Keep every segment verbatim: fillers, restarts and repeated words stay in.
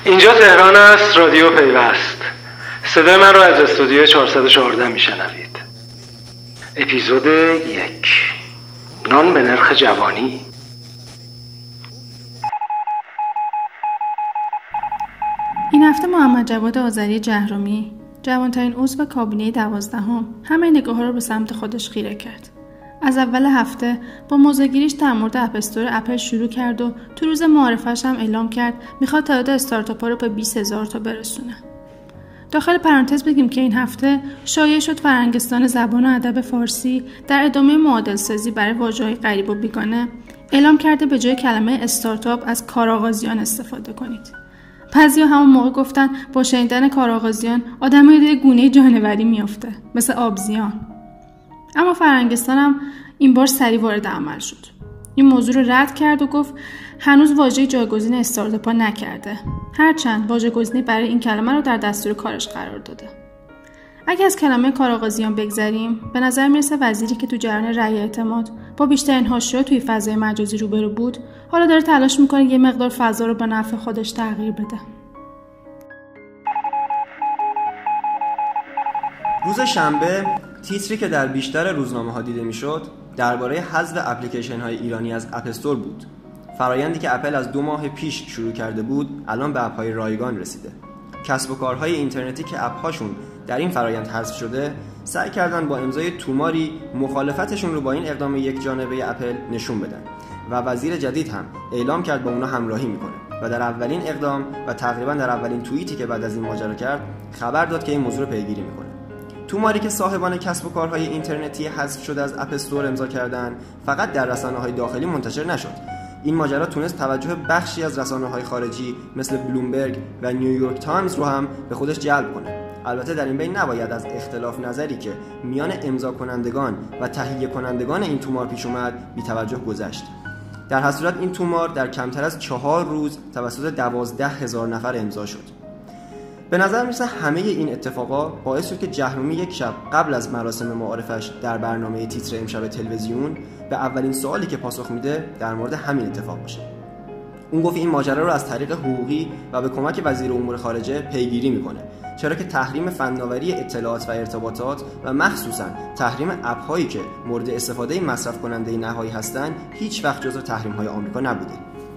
اینجا تهران است، رادیو پیوست. صدای من رو از استودیو چهارصد و چهارده میشنوید. اپیزود یک، نان به نرخ جوانی. این هفته محمد جواد آذری جهرومی، جوانترین عضو کابینه دوازدهم، همه نگاه ها رو به سمت خودش خیره کرد. از اول هفته با موضع‌گیریش در مورد اپ استور اپل شروع کرد و تو روز معارفش هم اعلام کرد میخواد تعداد استارتاپ‌ها رو به بیست هزار تا برسونه. داخل پرانتز بگیم که این هفته شایع شد فرهنگستان زبان و ادب فارسی در ادامه معادل سازی برای واژه‌های غریب و بیگانه اعلام کرده به جای کلمه استارتاپ از کارآغازیان استفاده کنید. بعضیا همون موقع گفتن با شنیدن کارآغازیان آدم یاد گونه جانوری میافته، مثل آبزیان. اما فرهنگستان هم این بار سریع وارد عمل شد. این موضوع رو رد کرد و گفت هنوز واژه جایگزین استارتاپ‌ها نکرده، هرچند واژه‌گزینی برای این کلمه رو در دستور کارش قرار داده. اگه از کلمه کارآغازیان بگذریم، به نظر میرسه وزیری که تو جریان رأی اعتماد با بیشترین حاشیه توی فضای مجازی روبرو بود، حالا داره تلاش میکنه یه مقدار فضا رو به نفع خودش تغییر بده. روز شنبه تیتری که در بیشتر روزنامه‌ها دیده میشد درباره حذف اپلیکیشن‌های ایرانی از اپ استور بود. فرایندی که اپل از دو ماه پیش شروع کرده بود، الان به اپ‌های رایگان رسیده. کسب و کارهای اینترنتی که اپ‌هاشون در این فرایند حذف شده، سعی کردن با امضای توماری مخالفتشون رو با این اقدام یک جانبه اپل نشون بدن و وزیر جدید هم اعلام کرد با اونا همراهی میکنه و در اولین اقدام و تقریبا در اولین توییتی که بعد از این ماجرا کرد خبر داد که این موضوع رو پیگیری میکنه. توماری که صاحبان کسب و کارهای اینترنتی حذف شده از اپ استور امضا کردن، فقط در رسانه‌های داخلی منتشر نشد. این ماجرا تونست توجه بخشی از رسانه‌های خارجی مثل بلومبرگ و نیویورک تایمز رو هم به خودش جلب کنه. البته در این بین نباید از اختلاف نظری که میان امضا کنندگان و تهیه کنندگان این تومار پیش اومد بی توجه گذشت. در هر صورت این تومار در کمتر از چهار روز توسط دوازده هزار نفر امضا شد. به نظر میرسه همه این اتفاقا باعث شد که جهرومی یک شب قبل از مراسم معارفش در برنامه تیتر امشب تلویزیون به اولین سوالی که پاسخ میده در مورد همین اتفاق باشه. اون گفت این ماجرا رو از طریق حقوقی و به کمک وزیر امور خارجه پیگیری میکنه، چرا که تحریم فناوری اطلاعات و ارتباطات و مخصوصا تحریم اپ‌هایی که مورد استفاده مصرف کننده نهایی هستن هیچ وقت جزو تحریم‌های آمریکا نبوده.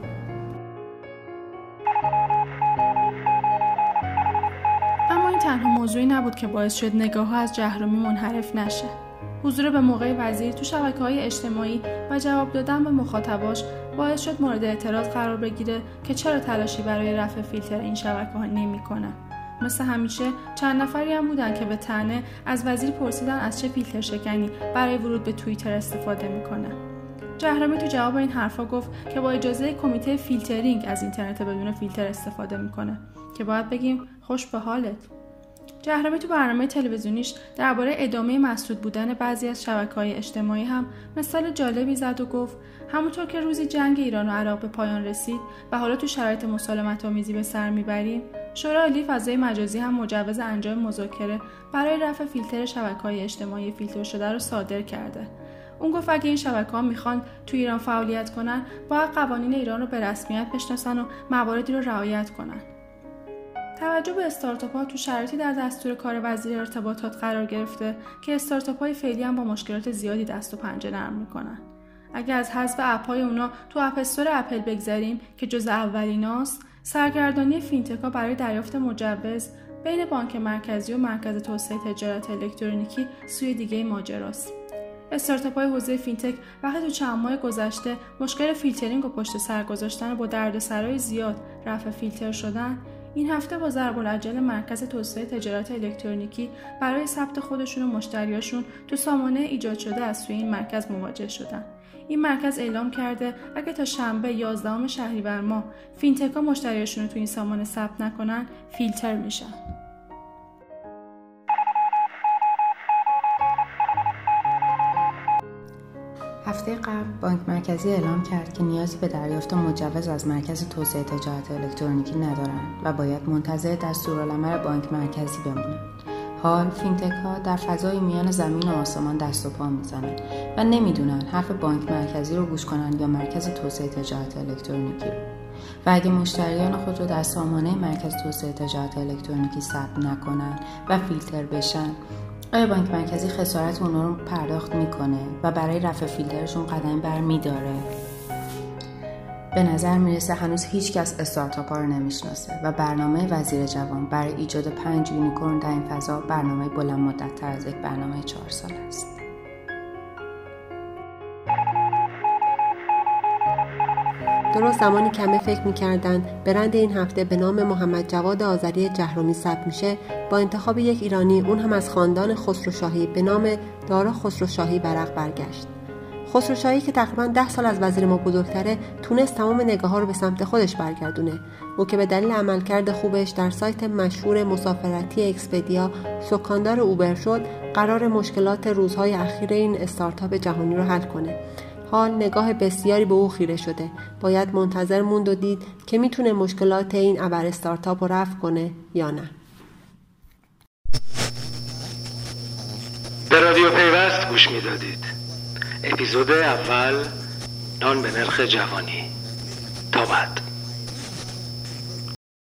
تنها موضوعی نبود که باعث شد نگاه‌ها از جهرومی منحرف نشه. حضور به موقع وزیر تو شبکه‌های اجتماعی و جواب دادن به مخاطباش باعث شد مورد اعتراض قرار بگیره که چرا تلاشی برای رفع فیلتر این شبکه‌ها نمی‌کنن. مثل همیشه چند نفری هم بودن که به طعنه از وزیر پرسیدن از چه فیلتر شکنی برای ورود به توییتر استفاده می‌کنه. جهرومی تو جواب این حرفا گفت که با اجازه کمیته فیلترینگ از اینترنت بدون فیلتر استفاده می‌کنه، که باید بگیم خوش به حالت. جهرومی تو برنامه تلویزیونیش درباره ادامه مسدود بودن بعضی از شبکه‌های اجتماعی هم مثال جالبی زد و گفت همونطور که روزی جنگ ایران و عراق به پایان رسید و حالا تو شرایط مسالمت‌آمیزی به سر میبریم، شورای عالی فضای مجازی هم مجوز انجام مذاکره برای رفع فیلتر شبکه‌های اجتماعی فیلتر شده رو صادر کرده. اون گفت اگه این شبکه‌ها میخوان تو ایران فعالیت کنن، باید قوانین ایران رو به رسمیت بشناسن و مواردی رو رعایت کنن. توجه به استارتاپ‌ها تو شرایطی در دستور کار وزیر ارتباطات قرار گرفته که استارتاپ‌های فعلی هم با مشکلات زیادی دست و پنجه نرم می‌کنن. اگه از حذف اپ‌های اونا تو اپ استور اپل بگذریم که جزء اولیناست، سرگردانی فینتک‌ها برای دریافت مجوز بین بانک مرکزی و مرکز توسعه تجارت الکترونیکی سوی دیگه ماجراست. استارتاپ‌های حوزه فینتک وقتی تو چند ماه گذشته مشکل فیلترینگ و پشت سر گذاشتن با دردسرای زیاد رفع فیلتر شدن، این هفته با ضرب العجل مرکز توسعه تجارت الکترونیکی برای ثبت خودشون و مشتریاشون تو سامانه ایجاد شده از سوی این مرکز مواجه شدن. این مرکز اعلام کرده اگه تا شنبه یازدهم شهریور ماه فینتک‌ها مشتریاشون رو تو این سامانه ثبت نکنن، فیلتر میشن. هفته قبل بانک مرکزی اعلام کرد که نیازی به دریافت مجوز از مرکز توسعه تجارت الکترونیکی ندارند و باید منتظر دستورالعمل بانک مرکزی بمونند. حال فینتک ها در فضای میان زمین و آسمان دست و پا میزنن و نمیدونن حرف بانک مرکزی رو گوش کنن یا مرکز توسعه تجارت الکترونیکی رو. و اگه مشتریان خود رو در سامانه مرکز توسعه تجارت الکترونیکی ثبت نکنن و فیلتر بشن، آیا بانک مرکزی خسارت اونا رو پرداخت میکنه و برای رفع فیلترشون قدم بر میداره؟ به نظر میرسه هنوز هیچ کس استارتاپ ها رو نمیشناسه و برنامه وزیر جوان برای ایجاد پنج یونیکورن در این فضا برنامه بلند مدت تر از یک برنامه چهار سال است. درست زمانی که همه فکر می‌کردن برند این هفته به نام محمد جواد آذری جهرمی ثبت میشه، با انتخاب یک ایرانی، اون هم از خاندان خسروشاهی به نام دارا خسروشاهی ورق برگشت. خسروشاهی که تقریباً ده سال از وزیر ما بزرگتره، تونست تمام نگاه‌ها رو به سمت خودش برگردونه. او که به دلیل عملکرد خوبش در سایت مشهور مسافرتی اکسپدیا سکاندار اوبر شد، قرار مشکلات روزهای اخیر این استارتاپ جهانی رو حل کنه. حال نگاه بسیاری به او خیره شده. باید منتظر موند و دید که میتونه مشکلات این ابر استارتاپ رو رفع کنه یا نه. به رادیو پیوست گوش میدادید. اپیزود اول، نان به نرخ جوانی. تا بعد.